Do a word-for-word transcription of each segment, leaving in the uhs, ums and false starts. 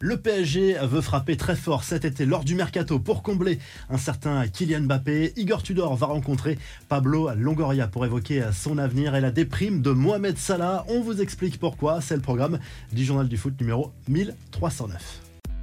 Le P S G veut frapper très fort cet été lors du mercato pour combler un certain Kylian Mbappé. Igor Tudor va rencontrer Pablo Longoria pour évoquer son avenir et la déprime de Mohamed Salah. On vous explique pourquoi, c'est le programme du Journal du Foot numéro mille trois cent neuf.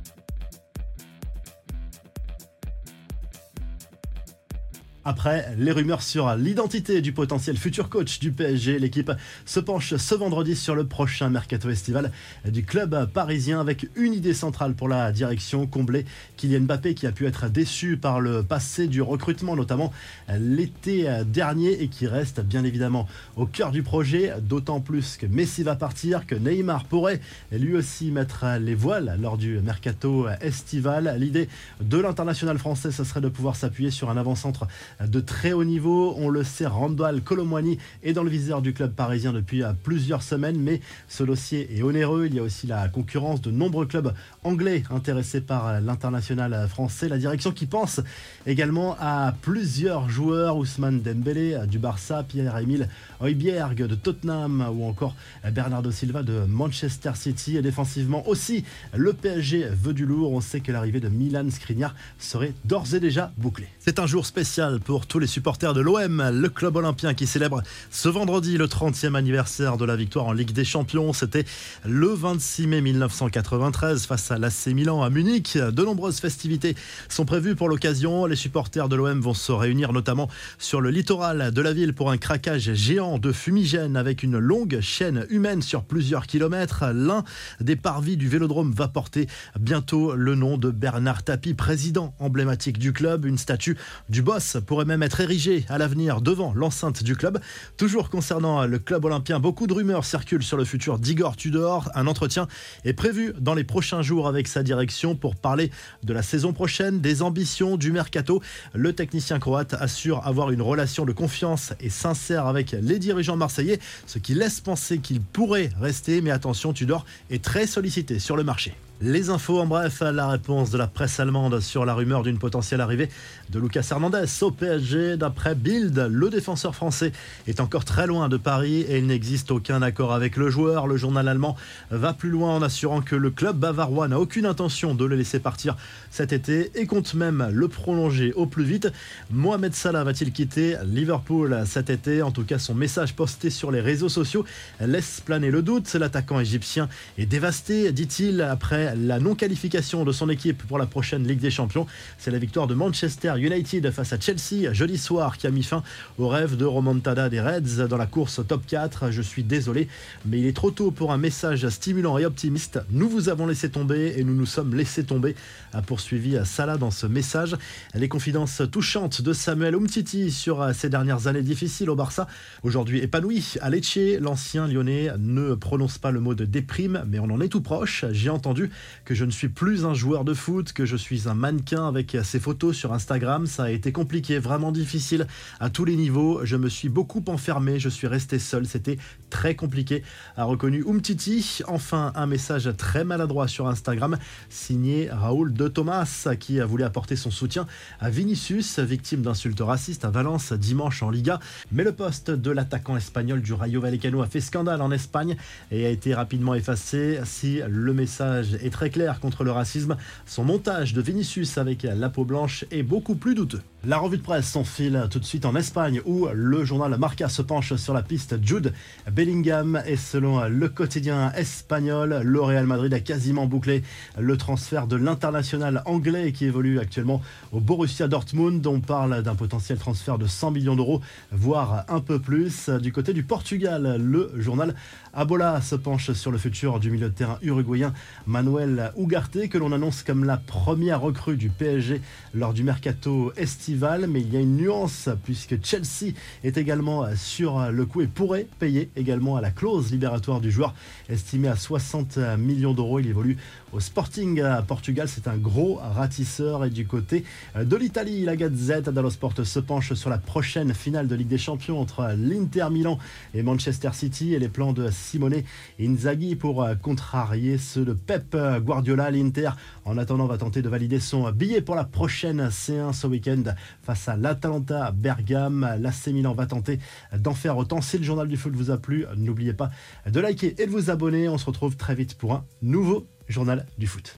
Après les rumeurs sur l'identité du potentiel futur coach du P S G, l'équipe se penche ce vendredi sur le prochain mercato estival du club parisien avec une idée centrale pour la direction: combler Kylian Mbappé qui a pu être déçu par le passé du recrutement, notamment l'été dernier, et qui reste bien évidemment au cœur du projet, d'autant plus que Messi va partir, que Neymar pourrait lui aussi mettre les voiles lors du mercato estival. L'idée de l'international français, ce serait de pouvoir s'appuyer sur un avant-centre de très haut niveau. On le sait, Randal Kolo Muani est dans le viseur du club parisien depuis plusieurs semaines, mais ce dossier est onéreux. Il y a aussi la concurrence de nombreux clubs anglais intéressés par l'international français. La direction qui pense également à plusieurs joueurs: Ousmane Dembélé du Barça, Pierre-Emile Højbjerg de Tottenham ou encore Bernardo Silva de Manchester City. Et défensivement aussi, le P S G veut du lourd. On sait que l'arrivée de Milan Skriniar serait d'ores et déjà bouclée. C'est un jour spécial pour tous les supporters de l'O M, le club olympien qui célèbre ce vendredi le trentième anniversaire de la victoire en Ligue des Champions. C'était le vingt-six mai mille neuf cent quatre-vingt-treize face à l'A C Milan à Munich. De nombreuses festivités sont prévues pour l'occasion. Les supporters de l'O M vont se réunir notamment sur le littoral de la ville pour un craquage géant de fumigène avec une longue chaîne humaine sur plusieurs kilomètres. L'un des parvis du Vélodrome va porter bientôt le nom de Bernard Tapie, président emblématique du club. Une statue du boss pourrait même être érigée à l'avenir devant l'enceinte du club. Toujours concernant le club olympien, beaucoup de rumeurs circulent sur le futur d'Igor Tudor. Un entretien est prévu dans les prochains jours avec sa direction pour parler de la saison prochaine, des ambitions du mercato. Le technicien croate assure avoir une relation de confiance et sincère avec les dirigeants marseillais, ce qui laisse penser qu'il pourrait rester. Mais attention, Tudor est très sollicité sur le marché. Les infos en bref, la réponse de la presse allemande sur la rumeur d'une potentielle arrivée de Lucas Hernandez au P S G. D'après Bild, le défenseur français est encore très loin de Paris et il n'existe aucun accord avec le joueur. Le journal allemand va plus loin en assurant que le club bavarois n'a aucune intention de le laisser partir cet été et compte même le prolonger au plus vite. Mohamed Salah va-t-il quitter Liverpool cet été? En tout cas, son message posté sur les réseaux sociaux laisse planer le doute. L'attaquant égyptien est dévasté, dit-il, après la non-qualification de son équipe pour la prochaine Ligue des Champions. C'est la victoire de Manchester United face à Chelsea jeudi soir qui a mis fin au rêve de remontada des Reds dans la course top quatre. Je suis désolé, mais il est trop tôt pour un message stimulant et optimiste. Nous vous avons laissé tomber et nous nous sommes laissés tomber, a poursuivi Salah dans ce message. Les confidences touchantes de Samuel Umtiti sur ses dernières années difficiles au Barça. Aujourd'hui épanoui à Lecce, l'ancien Lyonnais ne prononce pas le mot de déprime, mais on en est tout proche. J'ai entendu que je ne suis plus un joueur de foot, que je suis un mannequin avec ses photos sur Instagram. Ça a été compliqué, vraiment difficile à tous les niveaux. Je me suis beaucoup enfermé, je suis resté seul, c'était très compliqué, a reconnu Umtiti. Enfin, un message très maladroit sur Instagram, signé Raúl de Tomás, qui a voulu apporter son soutien à Vinicius, victime d'insultes racistes à Valence dimanche en Liga. Mais le poste de l'attaquant espagnol du Rayo Vallecano a fait scandale en Espagne et a été rapidement effacé. Si le message est très clair contre le racisme, son montage de Vinicius avec la peau blanche est beaucoup plus douteux. La revue de presse s'enfile tout de suite en Espagne où le journal Marca se penche sur la piste Jude Bellingham et selon le quotidien espagnol, le Real Madrid a quasiment bouclé le transfert de l'international anglais qui évolue actuellement au Borussia Dortmund. On parle d'un potentiel transfert de cent millions d'euros, voire un peu plus. Du côté du Portugal, le journal Abola se penche sur le futur du milieu de terrain uruguayen Manuel Ugarte, que l'on annonce comme la première recrue du P S G lors du mercato estival. Mais il y a une nuance puisque Chelsea est également sur le coup et pourrait payer également à la clause libératoire du joueur estimée à soixante millions d'euros. Il évolue au Sporting à Portugal, c'est un gros ratisseur. Et du côté de l'Italie, la Gazzetta dello Sport se penche sur la prochaine finale de Ligue des Champions entre l'Inter Milan et Manchester City et les plans de Simone Inzaghi pour contrarier ceux de Pep Guardiola. L'Inter, en attendant, va tenter de valider son billet pour la prochaine C un ce week-end face à l'Atalanta Bergame. L'A C Milan va tenter d'en faire autant. Si le journal du foot vous a plu, n'oubliez pas de liker et de vous abonner. On se retrouve très vite pour un nouveau journal du foot.